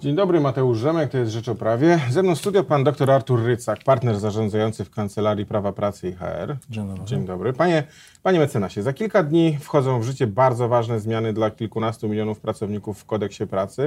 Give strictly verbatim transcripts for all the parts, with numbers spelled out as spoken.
Dzień dobry, Mateusz Rzemek, to jest Rzecz o Prawie. Ze mną w studio pan dr Artur Rycak, partner zarządzający w Kancelarii Prawa Pracy i H R. Dzień dobry. Dzień dobry. Panie, panie mecenasie, za kilka dni wchodzą w życie bardzo ważne zmiany dla kilkunastu milionów pracowników w Kodeksie Pracy.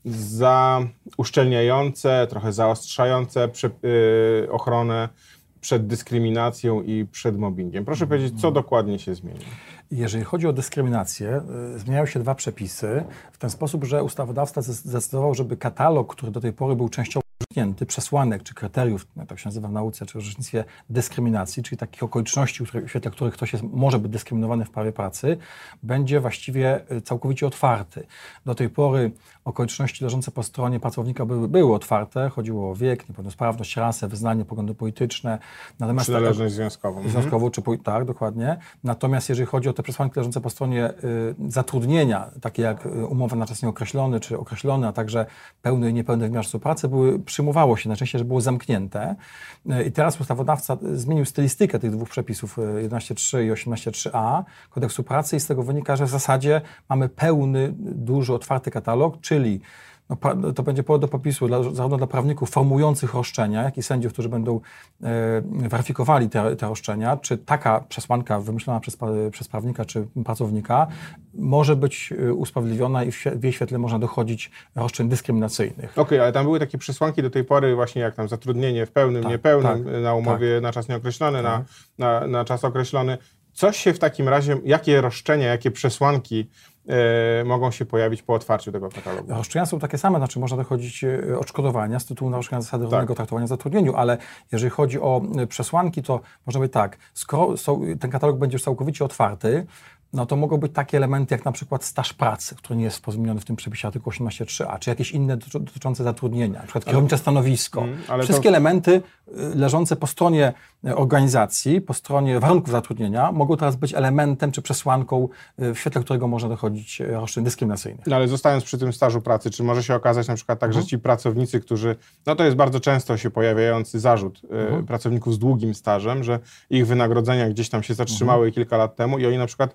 Za uszczelniające, trochę zaostrzające prze, yy, ochronę przed dyskryminacją i przed mobbingiem. Proszę hmm. powiedzieć, co dokładnie się zmieni? Jeżeli chodzi o dyskryminację, y, zmieniają się dwa przepisy w ten sposób, że ustawodawca zdecydował, żeby katalog, który do tej pory był częściowo zamknięty, przesłanek czy kryteriów, tak się nazywa w nauce, czy w orzecznictwie dyskryminacji, czyli takich okoliczności, w świetle których ktoś jest, może być dyskryminowany w prawie pracy, będzie właściwie całkowicie otwarty. Do tej pory okoliczności leżące po stronie pracownika były, były otwarte, chodziło o wiek, niepełnosprawność, rasę, wyznanie, poglądy polityczne. Natomiast przynależność związkową. Związkową, czy tak, dokładnie. Natomiast jeżeli chodzi o te przesłanki leżące po stronie y, zatrudnienia, takie jak umowa na czas nieokreślony, czy określony, a także pełny i niepełny wymiar czasu pracy, były, przyjmowało się najczęściej, że były zamknięte. Y, I teraz ustawodawca zmienił stylistykę tych dwóch przepisów, jedenaście trzy i osiemnaście trzy a Kodeksu Pracy i z tego wynika, że w zasadzie mamy pełny, duży, otwarty katalog, czyli no, to będzie powód do popisu dla, zarówno dla prawników formułujących roszczenia, jak i sędziów, którzy będą e, weryfikowali te, te roszczenia, czy taka przesłanka wymyślona przez, przez prawnika czy pracownika może być usprawiedliwiona i w, w jej świetle można dochodzić roszczeń dyskryminacyjnych. Okej, okay, ale tam były takie przesłanki do tej pory właśnie jak tam zatrudnienie w pełnym, tak, niepełnym, tak, na umowie tak. na czas nieokreślony, tak. na, na, na czas określony. Coś się w takim razie, jakie roszczenia, jakie przesłanki e, mogą się pojawić po otwarciu tego katalogu? Roszczenia są takie same, znaczy można dochodzić odszkodowania z tytułu naruszenia zasady równego tak. traktowania w zatrudnieniu, ale jeżeli chodzi o przesłanki, to można być tak, skoro są, ten katalog będzie już całkowicie otwarty, no to mogą być takie elementy jak na przykład staż pracy, który nie jest wymieniony w tym przepisie artykułu osiemnaście trzy a, czy jakieś inne dotyczące zatrudnienia, na przykład kierownicze stanowisko. Mm, ale Wszystkie to... elementy leżące po stronie organizacji, po stronie warunków zatrudnienia mogą teraz być elementem czy przesłanką, w świetle którego można dochodzić roszczeń dyskryminacyjnych. No ale zostając przy tym stażu pracy, czy może się okazać na przykład tak, mhm. że ci pracownicy, którzy, no to jest bardzo często się pojawiający zarzut mhm. pracowników z długim stażem, że ich wynagrodzenia gdzieś tam się zatrzymały mhm. kilka lat temu i oni na przykład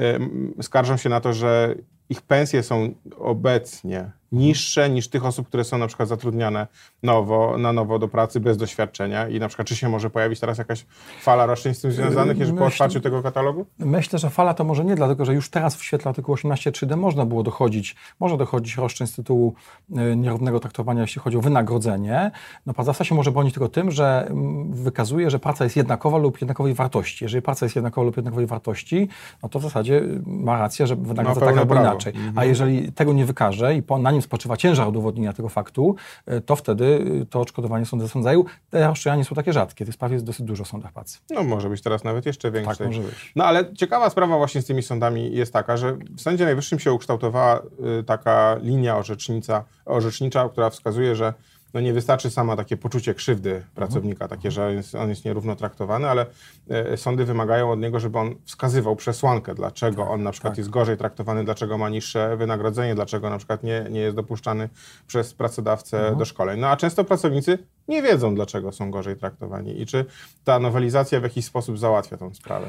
skarżą się na to, że ich pensje są obecnie niższe niż tych osób, które są na przykład zatrudniane nowo, na nowo do pracy bez doświadczenia i na przykład czy się może pojawić teraz jakaś fala roszczeń z tym związanych, jeżeli po otwarciu tego katalogu? Myślę, że fala to może nie, dlatego że już teraz w świetle artykułu osiemnaście trzy d można było dochodzić, można dochodzić roszczeń z tytułu nierównego traktowania, jeśli chodzi o wynagrodzenie. No pracodawca się może bronić tylko tym, że wykazuje, że praca jest jednakowa lub jednakowej wartości. Jeżeli praca jest jednakowa lub jednakowej wartości, no to w zasadzie ma rację, że wynagradza no, tak albo inaczej. Mhm. A jeżeli tego nie wykaże i po, na nim spoczywa ciężar udowodnienia tego faktu, to wtedy to odszkodowanie sądy zasądzają. Te roszczenia nie są takie rzadkie. Tych spraw jest dosyć dużo w sądach pracy. No może być teraz nawet jeszcze większe. Tak, może być. No ale ciekawa sprawa właśnie z tymi sądami jest taka, że w Sądzie Najwyższym się ukształtowała y, taka linia orzecznicza, orzecznicza, która wskazuje, że no nie wystarczy sama takie poczucie krzywdy pracownika, takie, że on jest, on jest nierówno traktowany, ale e, sądy wymagają od niego, żeby on wskazywał przesłankę, dlaczego on na przykład tak. jest gorzej traktowany, dlaczego ma niższe wynagrodzenie, dlaczego na przykład nie, nie jest dopuszczany przez pracodawcę mhm. do szkoleń. No a często pracownicy nie wiedzą, dlaczego są gorzej traktowani i czy ta nowelizacja w jakiś sposób załatwia tę sprawę?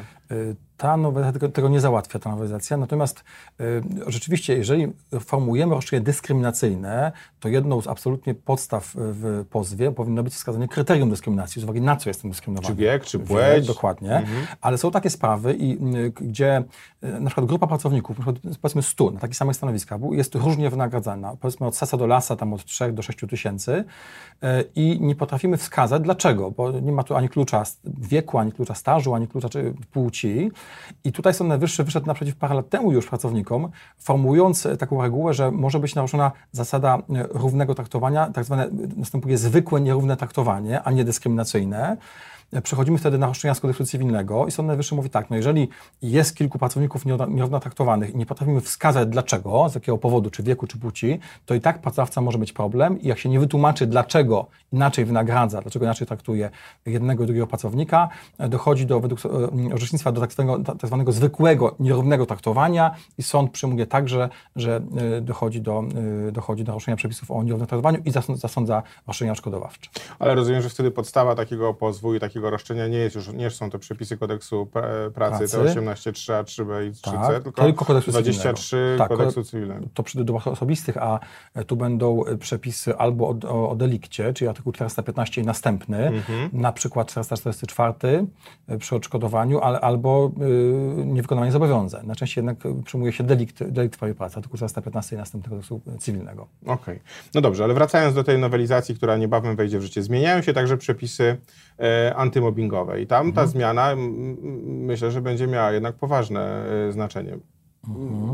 Ta nowelizacja tego, tego nie załatwia, ta nowelizacja, natomiast y, rzeczywiście, jeżeli formułujemy roszczenie dyskryminacyjne, to jedną z absolutnie podstaw w pozwie powinno być wskazanie kryterium dyskryminacji, z uwagi na co jestem dyskryminowany. Czy wiek, czy płeć. Wiek, dokładnie, mhm. ale są takie sprawy, i, y, gdzie y, na przykład grupa pracowników, na przykład, powiedzmy stu, na takich samych stanowiskach, jest różnie wynagradzana, powiedzmy od sasa do lasa, tam od trzech do sześciu tysięcy y, i nie potrafimy wskazać dlaczego, bo nie ma tu ani klucza wieku, ani klucza stażu, ani klucza płci. I tutaj Sąd Najwyższy wyszedł naprzeciw parę lat temu już pracownikom, formułując taką regułę, że może być naruszona zasada równego traktowania, tak zwane następuje zwykłe nierówne traktowanie, a nie dyskryminacyjne. Przechodzimy wtedy na roszczenia z kodeksu cywilnego i Sąd Najwyższy mówi tak, no jeżeli jest kilku pracowników nierówno traktowanych i nie potrafimy wskazać dlaczego, z jakiego powodu, czy wieku, czy płci, to i tak pracodawca może mieć problem i jak się nie wytłumaczy, dlaczego inaczej wynagradza, dlaczego inaczej traktuje jednego i drugiego pracownika, dochodzi do, według orzecznictwa do tak zwanego, tak zwanego zwykłego, nierównego traktowania i sąd przyjmuje także, że dochodzi do, dochodzi do naruszenia przepisów o nierównym traktowaniu i zasądza roszczenia odszkodowawcze. Ale rozumiem, że wtedy podstawa takiego pozwu i takiego tego roszczenia nie jest już, nie są to przepisy kodeksu pracy, pracy. Te osiemnaście trzy a, trzy b i trzy c, tak, tylko, tylko kodeksu dwadzieścia trzy tak, kodeksu cywilnego. To przy dowodach osobistych, a tu będą przepisy albo o, o, o delikcie, czyli artykuł czterysta piętnaście i następny, mhm. na przykład czterysta czterdzieści cztery przy odszkodowaniu, ale, albo y, niewykonanie zobowiązań. Najczęściej jednak przyjmuje się delikt, delikt w prawie pracy, artykuł czterysta piętnaście i następny kodeksu cywilnego. Okej. Okay. No dobrze, ale wracając do tej nowelizacji, która niebawem wejdzie w życie, zmieniają się także przepisy e, antymobbingowe i tam mhm. ta zmiana m, myślę, że będzie miała jednak poważne e, znaczenie. Mhm.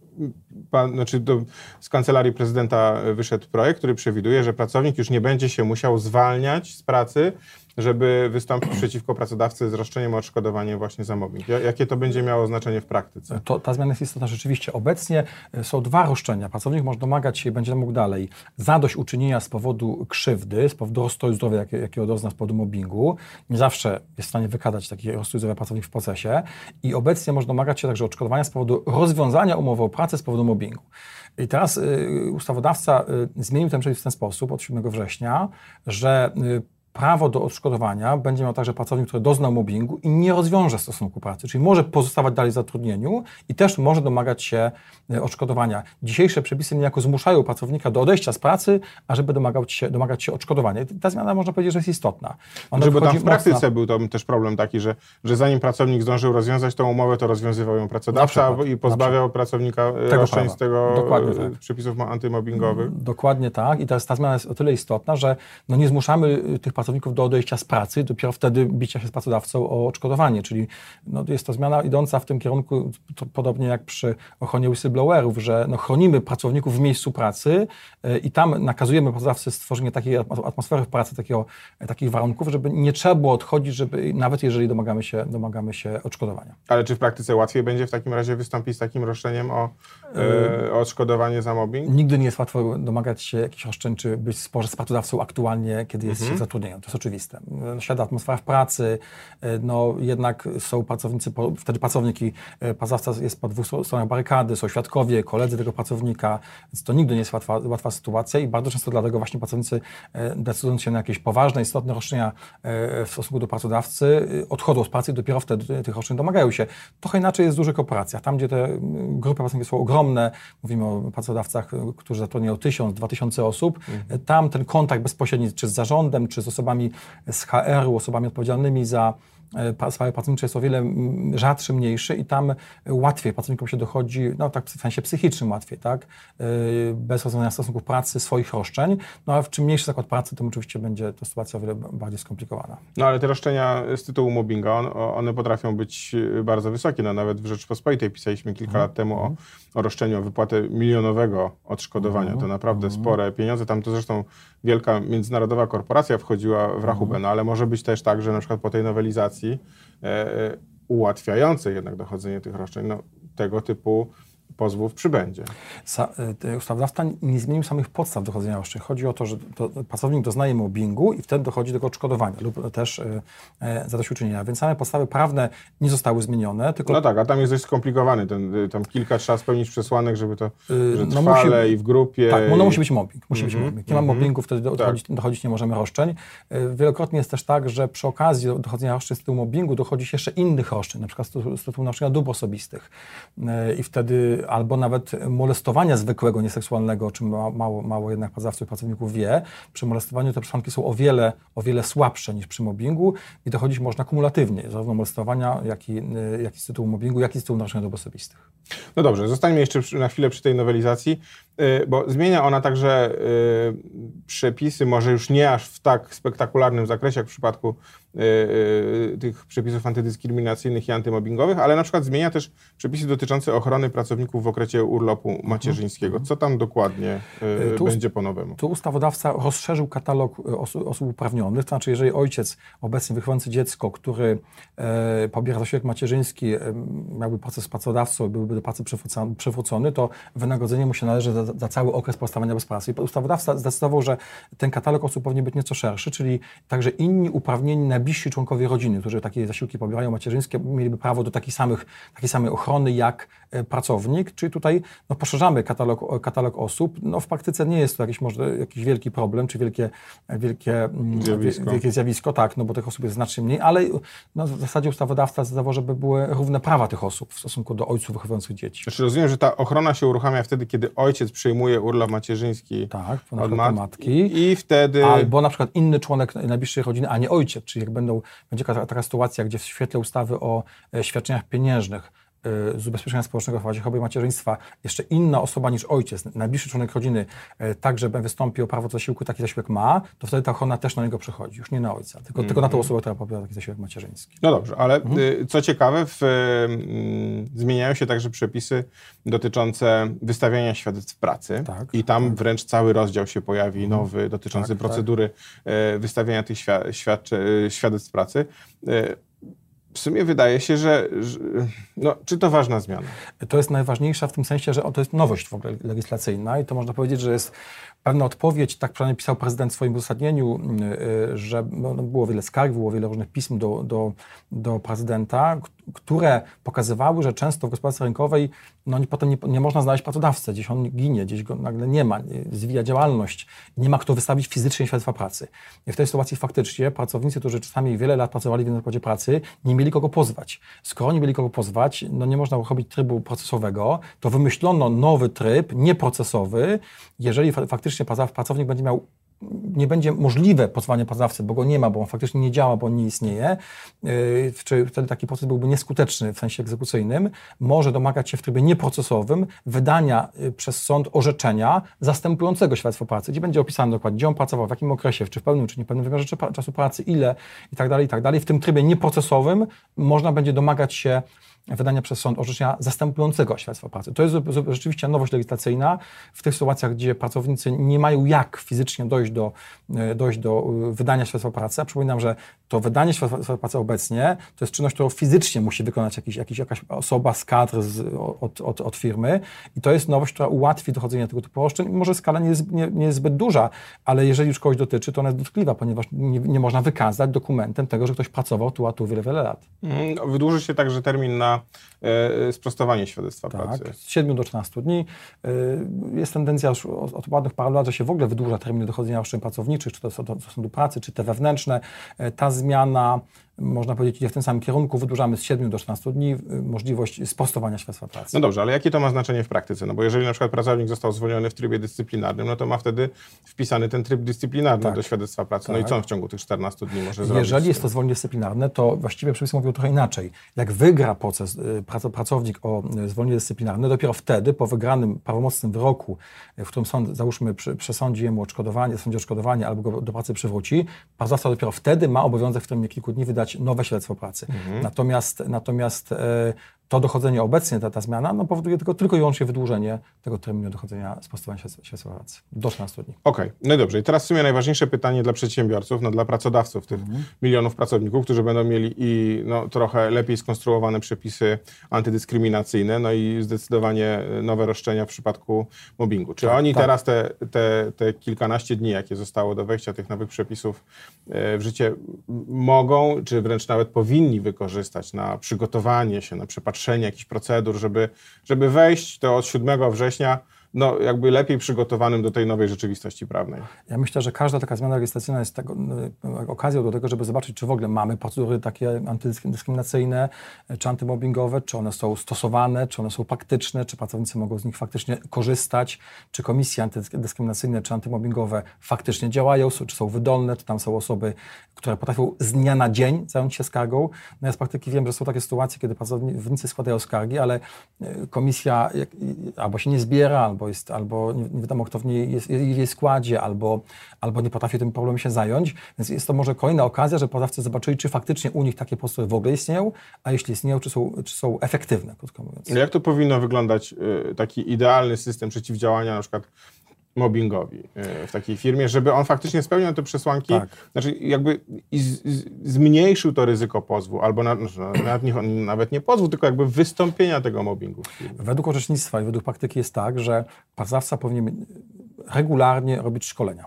Pan, znaczy do, z Kancelarii Prezydenta wyszedł projekt, który przewiduje, że pracownik już nie będzie się musiał zwalniać z pracy, żeby wystąpić przeciwko pracodawcy z roszczeniem o odszkodowanie właśnie za mobbing. Jakie to będzie miało znaczenie w praktyce? To, ta zmiana jest istotna rzeczywiście. Obecnie są dwa roszczenia. Pracownik może domagać się i będzie mógł dalej zadośćuczynienia z powodu krzywdy, z powodu rozstroju zdrowia, jakie, jakiego dozna z powodu mobbingu. Nie zawsze jest w stanie wykazać taki rozstrój zdrowia pracownik w procesie. I obecnie może domagać się także odszkodowania z powodu rozwiązania umowy o pracę z powodu mobbingu. I teraz y, ustawodawca y, zmienił ten przepis w ten sposób od siódmego września, że y, prawo do odszkodowania będzie miał także pracownik, który doznał mobbingu i nie rozwiąże stosunku pracy, czyli może pozostawać dalej w zatrudnieniu i też może domagać się odszkodowania. Dzisiejsze przepisy niejako zmuszają pracownika do odejścia z pracy, ażeby domagać się, domagać się odszkodowania. I ta zmiana można powiedzieć, że jest istotna. Ona Żeby tam w praktyce mocno... był to też problem taki, że, że zanim pracownik zdążył rozwiązać tą umowę, to rozwiązywał ją pracodawca przykład, i pozbawiał pracownika roszczeń z tego Dokładnie tak. przepisów antymobbingowych. Dokładnie tak. I teraz ta zmiana jest o tyle istotna, że no nie zmuszamy tych pracowników do odejścia z pracy, dopiero wtedy bicia się z pracodawcą o odszkodowanie, czyli no, jest to zmiana idąca w tym kierunku, to podobnie jak przy ochronie whistleblowerów, że no, chronimy pracowników w miejscu pracy yy, i tam nakazujemy pracodawcy stworzenie takiej atmosfery w pracy, takiego, takich warunków, żeby nie trzeba było odchodzić, żeby nawet jeżeli domagamy się, domagamy się odszkodowania. Ale czy w praktyce łatwiej będzie w takim razie wystąpić z takim roszczeniem o, yy, o odszkodowanie za mobbing? Nigdy nie jest łatwo domagać się jakichś roszczeń, czy być w sporze z pracodawcą aktualnie, kiedy jest mhm. się zatrudnienie. To jest oczywiste. Świata atmosfera w pracy, no jednak są pracownicy, wtedy pracownik i pracodawca jest po dwóch stronach barykady, są świadkowie, koledzy tego pracownika, więc to nigdy nie jest łatwa, łatwa sytuacja i bardzo często dlatego właśnie pracownicy, decydując się na jakieś poważne, istotne roszczenia w stosunku do pracodawcy, odchodzą z pracy i dopiero wtedy tych roszczeń domagają się. Trochę inaczej jest w dużych korporacjach. Tam, gdzie te grupy pracowników są ogromne, mówimy o pracodawcach, którzy zatrudniają tysiąc, dwa tysiące osób, mhm. tam ten kontakt bezpośredni, czy z zarządem, czy z osobami z H R u, osobami odpowiedzialnymi za sprawy pracownicze jest o wiele rzadszy, mniejszy i tam łatwiej pracownikom się dochodzi, no tak w sensie psychicznym łatwiej, tak, bez rozwiązania stosunków pracy, swoich roszczeń, no a czym mniejszy zakład pracy, tym oczywiście będzie to sytuacja o wiele bardziej skomplikowana. No ale te roszczenia z tytułu mobbinga, on, one potrafią być bardzo wysokie, no nawet w Rzeczpospolitej pisaliśmy kilka mm. lat temu o, o roszczeniu o wypłatę milionowego odszkodowania, mm. to naprawdę mm. spore pieniądze, tam to zresztą wielka międzynarodowa korporacja wchodziła w rachubę, mm. no ale może być też tak, że na przykład po tej nowelizacji E, ułatwiające jednak dochodzenie tych roszczeń, no, tego typu pozwów przybędzie. Sa, y, ustawodawca nie zmienił samych podstaw dochodzenia roszczeń. Chodzi o to, że to, pracownik doznaje mobbingu i wtedy dochodzi do tego odszkodowania lub też y, y, zadośćuczynienia. Więc same podstawy prawne nie zostały zmienione. Tylko... No tak, a tam jest dość skomplikowany. Ten, tam kilka trzeba spełnić przesłanek, żeby to y, że no trwale musi, i w grupie. Tak, no i... musi być mobbing. Musi mm-hmm, być mobbing. Nie mm-hmm. ma mobbingu, wtedy dochodzić, tak. dochodzić nie możemy roszczeń. Y, wielokrotnie jest też tak, że przy okazji dochodzenia roszczeń z tytułu mobbingu dochodzi się jeszcze innych roszczeń, na przykład z tytułu na przykład dóbr osobistych. Y, I wtedy albo nawet molestowania zwykłego, nieseksualnego, o czym mało, mało jednak pracodawców i pracowników wie. Przy molestowaniu te przesłanki są o wiele, o wiele słabsze niż przy mobbingu i dochodzić można kumulatywnie, zarówno molestowania, jak i, jak i z tytułu mobbingu, jak i z tytułu naruszenia dóbr osobistych. No dobrze, zostańmy jeszcze na chwilę przy tej nowelizacji, bo zmienia ona także przepisy, może już nie aż w tak spektakularnym zakresie, jak w przypadku tych przepisów antydyskryminacyjnych i antymobbingowych, ale na przykład zmienia też przepisy dotyczące ochrony pracowników w okresie urlopu macierzyńskiego. Co tam dokładnie tu, będzie po nowemu? Tu ustawodawca rozszerzył katalog osób, osób uprawnionych, to znaczy jeżeli ojciec obecnie wychowujący dziecko, który e, pobiera zasiłek macierzyński, e, miałby proces z pracodawcą, byłby do pracy przywrócony, to wynagrodzenie mu się należy za, za cały okres pozostawania bez pracy. I ustawodawca zdecydował, że ten katalog osób powinien być nieco szerszy, czyli także inni uprawnieni najbliżsi członkowie rodziny, którzy takie zasiłki pobierają macierzyńskie, mieliby prawo do takich samych, takiej samej ochrony jak pracownik, czyli tutaj no, poszerzamy katalog, katalog osób. No, w praktyce nie jest to jakiś, może, jakiś wielki problem, czy wielkie, wielkie, zjawisko. wielkie zjawisko, tak, no bo tych osób jest znacznie mniej, ale no, w zasadzie ustawodawca zdawał, żeby były równe prawa tych osób w stosunku do ojców wychowujących dzieci. Znaczy rozumiem, że ta ochrona się uruchamia wtedy, kiedy ojciec przyjmuje urlop macierzyński tak, od matki, matki i wtedy... Albo na przykład inny członek najbliższej rodziny, a nie ojciec, czyli jak będą, będzie taka, taka sytuacja, gdzie w świetle ustawy o e, świadczeniach pieniężnych z ubezpieczenia społecznego w razie choroby i macierzyństwa jeszcze inna osoba niż ojciec, najbliższy członek rodziny, także wystąpi o prawo do zasiłku, taki zasiłek ma, to wtedy ta ochrona też na niego przechodzi, już nie na ojca, tylko, mm. tylko na tą osobę, która pobiera taki zasiłek macierzyński. No dobrze, ale mhm. co ciekawe, w, y, zmieniają się także przepisy dotyczące wystawiania świadectw pracy tak, i tam tak. wręcz cały rozdział się pojawi, mhm. nowy, dotyczący tak, procedury tak. wystawiania tych świ- świadczy, świadectw pracy. W sumie wydaje się, że, że no, czy to ważna zmiana? To jest najważniejsza w tym sensie, że to jest nowość w ogóle legislacyjna i to można powiedzieć, że jest pewna odpowiedź, tak przynajmniej pisał prezydent w swoim uzasadnieniu, że no, było wiele skarg, było wiele różnych pism do, do, do prezydenta, które pokazywały, że często w gospodarce rynkowej no, potem nie, nie można znaleźć pracodawcę, gdzieś on ginie, gdzieś go nagle nie ma, zwija działalność, nie ma kto wystawić fizycznie świadectwa pracy. I w tej sytuacji faktycznie pracownicy, którzy czasami wiele lat pracowali w jednym zakładzie pracy, nie mieli kogo pozwać. Skoro nie mieli kogo pozwać, no nie można robić trybu procesowego, to wymyślono nowy tryb, nieprocesowy, jeżeli fa- faktycznie pracownik będzie miał nie będzie możliwe pozwanie pracodawcy, bo go nie ma, bo on faktycznie nie działa, bo on nie istnieje, yy, czy wtedy taki proces byłby nieskuteczny w sensie egzekucyjnym, może domagać się w trybie nieprocesowym wydania yy, przez sąd orzeczenia zastępującego świadectwo pracy, gdzie będzie opisane dokładnie, gdzie on pracował, w jakim okresie, czy w pełnym, czy niepełnym wymiarze czy pa- czasu pracy, ile i tak dalej, i tak dalej. W tym trybie nieprocesowym można będzie domagać się wydania przez sąd orzeczenia zastępującego świadectwa pracy. To jest rzeczywiście nowość legislacyjna w tych sytuacjach, gdzie pracownicy nie mają jak fizycznie dojść do, dojść do wydania świadectwa pracy. A przypominam, że to wydanie świadectwa pracy obecnie to jest czynność, którą fizycznie musi wykonać jakiś, jakiś, jakaś osoba z kadr z, od, od, od firmy i to jest nowość, która ułatwi dochodzenie tego typu roszczeń. Może skala nie jest, nie, nie jest zbyt duża, ale jeżeli już kogoś dotyczy, to ona jest dotkliwa, ponieważ nie, nie można wykazać dokumentem tego, że ktoś pracował tu, a tu wiele, wiele lat. Wydłuży się także termin na e, sprostowanie świadectwa tak, pracy. z siedmiu do czternastu dni. Y, jest tendencja już od, od ładnych paru lat, że się w ogóle wydłuża terminy dochodzenia roszczeń pracowniczych, czy to są do sądu pracy, czy te wewnętrzne. Y, ta zmiana, można powiedzieć, idzie w tym samym kierunku. Wydłużamy z siedmiu do czternastu dni y, możliwość sprostowania świadectwa pracy. No dobrze, ale jakie to ma znaczenie w praktyce? No bo jeżeli na przykład pracownik został zwolniony w trybie dyscyplinarnym, no to ma wtedy wpisany ten tryb dyscyplinarny tak. do świadectwa pracy. Tak. No i co on w ciągu tych czternastu dni może zrobić? Jeżeli jest to zwolnienie dyscyplinarne, to właściwie przepisy mówią trochę inaczej. Jak wygra proces y, pracownik o y, zwolnienie dyscyplinarne, dopiero wtedy, po wygranym prawomocnym wyroku, y, w którym sąd, załóżmy, przy, przesądzi jemu odszkodowanie, sądzi odszkodowanie albo go do pracy przywróci, pracodawca dopiero wtedy ma obowiązek w terminie kilku dni wydać nowe świadectwo pracy. Mhm. Natomiast, natomiast y, to dochodzenie obecnie, ta, ta zmiana, no, powoduje tylko, tylko i wyłącznie wydłużenie tego terminu dochodzenia sprostowania świadectwa pracy do czternastu dni. Okej, okay. No i dobrze. I teraz w sumie najważniejsze pytanie dla przedsiębiorców, no dla pracodawców, tych mhm. milionów pracowników, którzy będą mieli i no, trochę lepiej skonstruowane przepisy antydyskryminacyjne, no i zdecydowanie nowe roszczenia w przypadku mobbingu. Czy tak, oni tak. teraz te, te, te kilkanaście dni, jakie zostało do wejścia tych nowych przepisów w życie, mogą, czy wręcz nawet powinni wykorzystać na przygotowanie się, na przepatrzenie jakichś procedur, żeby, żeby wejść to od siódmego września no, jakby lepiej przygotowanym do tej nowej rzeczywistości prawnej? Ja myślę, że każda taka zmiana legislacyjna jest tego, okazją do tego, żeby zobaczyć, czy w ogóle mamy procedury takie antydyskryminacyjne, czy antymobbingowe, czy one są stosowane, czy one są praktyczne, czy pracownicy mogą z nich faktycznie korzystać, czy komisje antydyskryminacyjne, czy antymobbingowe faktycznie działają, czy są wydolne, czy tam są osoby, które potrafią z dnia na dzień zająć się skargą. No ja z praktyki wiem, że są takie sytuacje, kiedy pracownicy składają skargi, ale komisja albo się nie zbiera, albo jest, albo nie, nie wiadomo, kto w niej jest, w jej składzie, albo, albo nie potrafi tym problemem się zająć. Więc jest to może kolejna okazja, że pracodawcy zobaczyli, czy faktycznie u nich takie procedury w ogóle istnieją, a jeśli istnieją, czy są, czy są efektywne, krótko mówiąc. Jak to powinno wyglądać y, taki idealny system przeciwdziałania na przykład mobbingowi y, w takiej firmie, żeby on faktycznie spełniał te przesłanki, tak. znaczy jakby z, z, zmniejszył to ryzyko pozwu, albo na, nawet, nie, nawet nie pozwu, tylko jakby wystąpienia tego mobbingu w firmie. Według orzecznictwa i według praktyki jest tak, że pracodawca powinien regularnie robić szkolenia.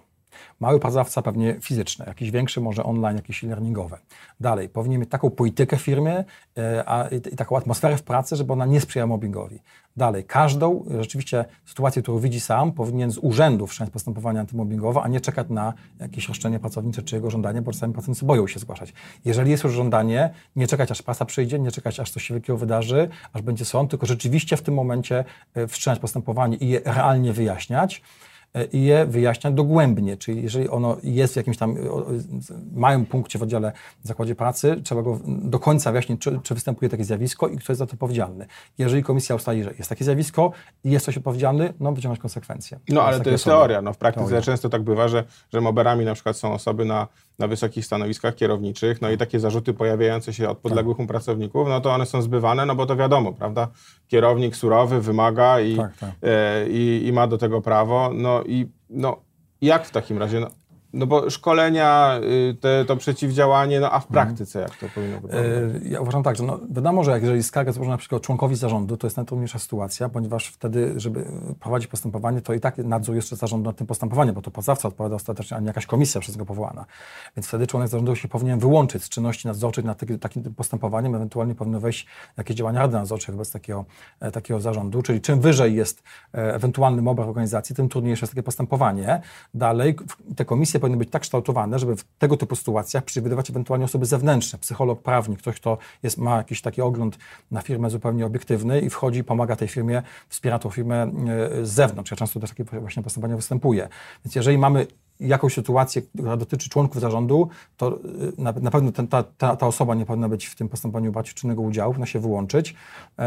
Mały pracodawca pewnie fizyczny, jakiś większy może online, jakieś e-learningowe. Dalej, powinien mieć taką politykę w firmie e, a, i, i taką atmosferę w pracy, żeby ona nie sprzyjała mobbingowi. Dalej, każdą rzeczywiście sytuację, którą widzi sam, powinien z urzędu wszcząć postępowanie antymobbingowe, a nie czekać na jakieś roszczenie pracownicze czy jego żądanie, bo czasami pracownicy boją się zgłaszać. Jeżeli jest już żądanie, nie czekać aż prasa przyjdzie, nie czekać aż coś się wielkiego wydarzy, aż będzie sąd, tylko rzeczywiście w tym momencie wszcząć postępowanie i je realnie wyjaśniać. I je wyjaśniać dogłębnie, czyli jeżeli ono jest w jakimś tam małym punkcie w oddziale w zakładzie pracy, trzeba go do końca wyjaśnić, czy, czy występuje takie zjawisko i kto jest za to odpowiedzialny. Jeżeli komisja ustali, że jest takie zjawisko i jest ktoś odpowiedzialny, no wyciągnąć konsekwencje. No ale to jest osoby. teoria. No, w praktyce teoria. Często tak bywa, że, że mobberami na przykład są osoby na, na wysokich stanowiskach kierowniczych, no i takie zarzuty pojawiające się od podległych mu pracowników, no to one są zbywane, no bo to wiadomo, prawda? Kierownik surowy wymaga i, tak, tak. E, i, i ma do tego prawo, no i no, jak w takim razie? No, no bo szkolenia, te, to przeciwdziałanie, no a w praktyce jak to powinno wyglądać? Ja uważam tak, że no, wiadomo, że jak jeżeli skarga złożona na przykład członkowi zarządu, to jest najtrudniejsza sytuacja, ponieważ wtedy, żeby prowadzić postępowanie, to i tak nadzór jeszcze zarządu nad tym postępowaniem, bo to pracodawca odpowiada ostatecznie, a nie jakaś komisja przez niego powołana. Więc wtedy członek zarządu się powinien wyłączyć z czynności nadzorczych nad taki, takim postępowaniem, ewentualnie powinno wejść jakieś działania rady nadzorczej wobec takiego, takiego zarządu, czyli czym wyżej jest ewentualny mobber w organizacji, tym trudniejsze jest takie postępowanie. Dalej te komisje powinny być tak kształtowane, żeby w tego typu sytuacjach przewidywać ewentualnie osoby zewnętrzne, psycholog, prawnik, ktoś, kto jest, ma jakiś taki ogląd na firmę zupełnie obiektywny i wchodzi, pomaga tej firmie, wspiera tą firmę z zewnątrz. Ja często też takie właśnie postępowania występuje. Więc jeżeli mamy jakąś sytuację, która dotyczy członków zarządu, to na, na pewno ten, ta, ta, ta osoba nie powinna być w tym postępowaniu brać czynnego udziału, powinna się wyłączyć,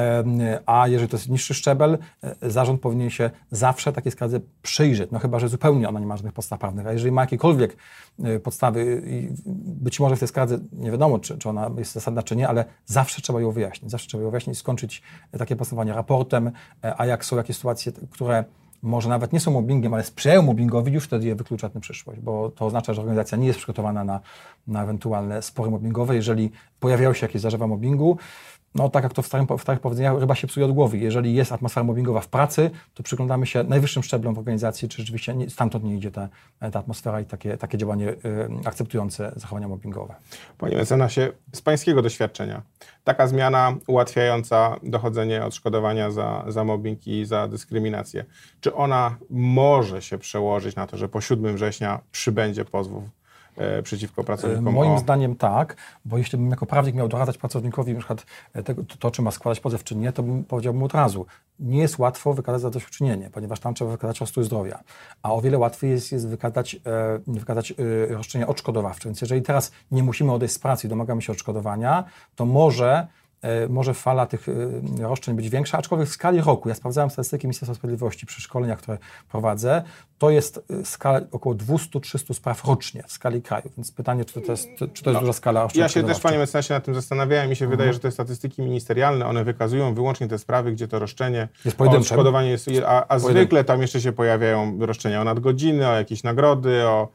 a jeżeli to jest niższy szczebel, zarząd powinien się zawsze takiej skardze przyjrzeć, no chyba że zupełnie ona nie ma żadnych podstaw prawnych, a jeżeli ma jakiekolwiek podstawy i być może w tej skardze nie wiadomo, czy, czy ona jest zasadna, czy nie, ale zawsze trzeba ją wyjaśnić, zawsze trzeba ją wyjaśnić i skończyć takie postępowanie raportem, a jak są jakieś sytuacje, które może nawet nie są mobbingiem, ale sprzyjają mobbingowi, już wtedy je wykluczać na przyszłość, bo to oznacza, że organizacja nie jest przygotowana na, na ewentualne spory mobbingowe. Jeżeli pojawiają się jakieś zarzewa mobbingu, no tak jak to w starych, w starych powiedzeniach, ryba się psuje od głowy. Jeżeli jest atmosfera mobbingowa w pracy, to przyglądamy się najwyższym szczeblom w organizacji, czy rzeczywiście nie, stamtąd nie idzie ta, ta atmosfera i takie, takie działanie y, akceptujące zachowania mobbingowe. Panie mecenasie, z pańskiego doświadczenia, taka zmiana ułatwiająca dochodzenie odszkodowania za, za mobbing i za dyskryminację, czy ona może się przełożyć na to, że po siódmego września przybędzie pozwów przeciwko pracownikom? Moim o... zdaniem tak, bo jeśli bym jako prawnik miał doradzać pracownikowi na przykład tego, to, to, czy ma składać pozew, czy nie, to bym powiedział mu od razu, nie jest łatwo wykazać zadośćuczynienie, ponieważ tam trzeba wykazać rozstój zdrowia, a o wiele łatwiej jest, jest wykazać, e, wykazać e, roszczenie odszkodowawcze. Więc jeżeli teraz nie musimy odejść z pracy i domagamy się odszkodowania, to może może fala tych roszczeń być większa, aczkolwiek w skali roku, ja sprawdzałem statystyki Ministerstwa Sprawiedliwości przy szkoleniach, które prowadzę, to jest skala około dwieście do trzystu spraw rocznie w skali kraju, więc pytanie, czy to jest, czy to jest no, duża skala roszczeń. Ja się też, panie mecenasie, nad tym zastanawiałem i mi się mhm. wydaje, że te statystyki ministerialne, one wykazują wyłącznie te sprawy, gdzie to roszczenie jest o odszkodowanie jest, a, a zwykle tam jeszcze się pojawiają roszczenia o nadgodziny, o jakieś nagrody, o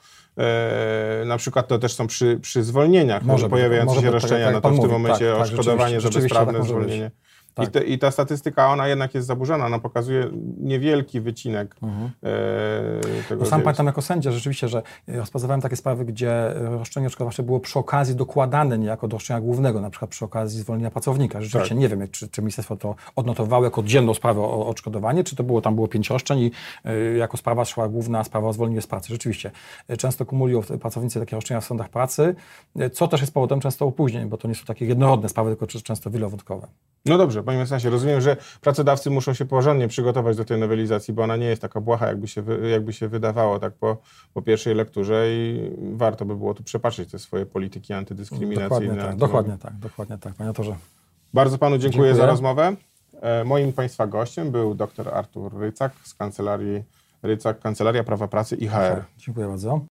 E, na przykład to też są przy, przy zwolnieniach może pojawiające może się roszczenia, tak, no to w tym mówi. momencie tak, odszkodowanie tak, za bezprawne tak zwolnienie. Tak. I, te, I ta statystyka, ona jednak jest zaburzona, ona pokazuje niewielki wycinek mhm. e, tego. Bo sam pamiętam jako sędzia rzeczywiście, że rozpoznawałem takie sprawy, gdzie roszczenie odszkodowawcze było przy okazji dokładane niejako do roszczenia głównego, na przykład przy okazji zwolnienia pracownika. Rzeczywiście tak. nie wiem, czy, czy ministerstwo to odnotowało jako oddzielną sprawę o odszkodowanie, czy to było, tam było pięć roszczeń i y, jako sprawa szła główna sprawa o zwolnienie z pracy. Rzeczywiście. Często kumulują pracownicy takie roszczenia w sądach pracy, co też jest powodem często opóźnień, bo to nie są takie jednorodne sprawy, tylko często wielowątkowe. No dobrze, panie mecenasie, rozumiem, że pracodawcy muszą się porządnie przygotować do tej nowelizacji, bo ona nie jest taka błaha, jakby się, wy, jakby się wydawało tak po, po pierwszej lekturze i warto by było tu przepatrzeć te swoje polityki antydyskryminacyjne. Dokładnie tak, dokładnie tak, dokładnie tak, panie Torze. Bardzo panu dziękuję, dziękuję. za rozmowę. E, moim państwa gościem był dr Artur Rycak z kancelarii Rycak, Kancelaria Prawa Pracy i H R. Dziękuję bardzo.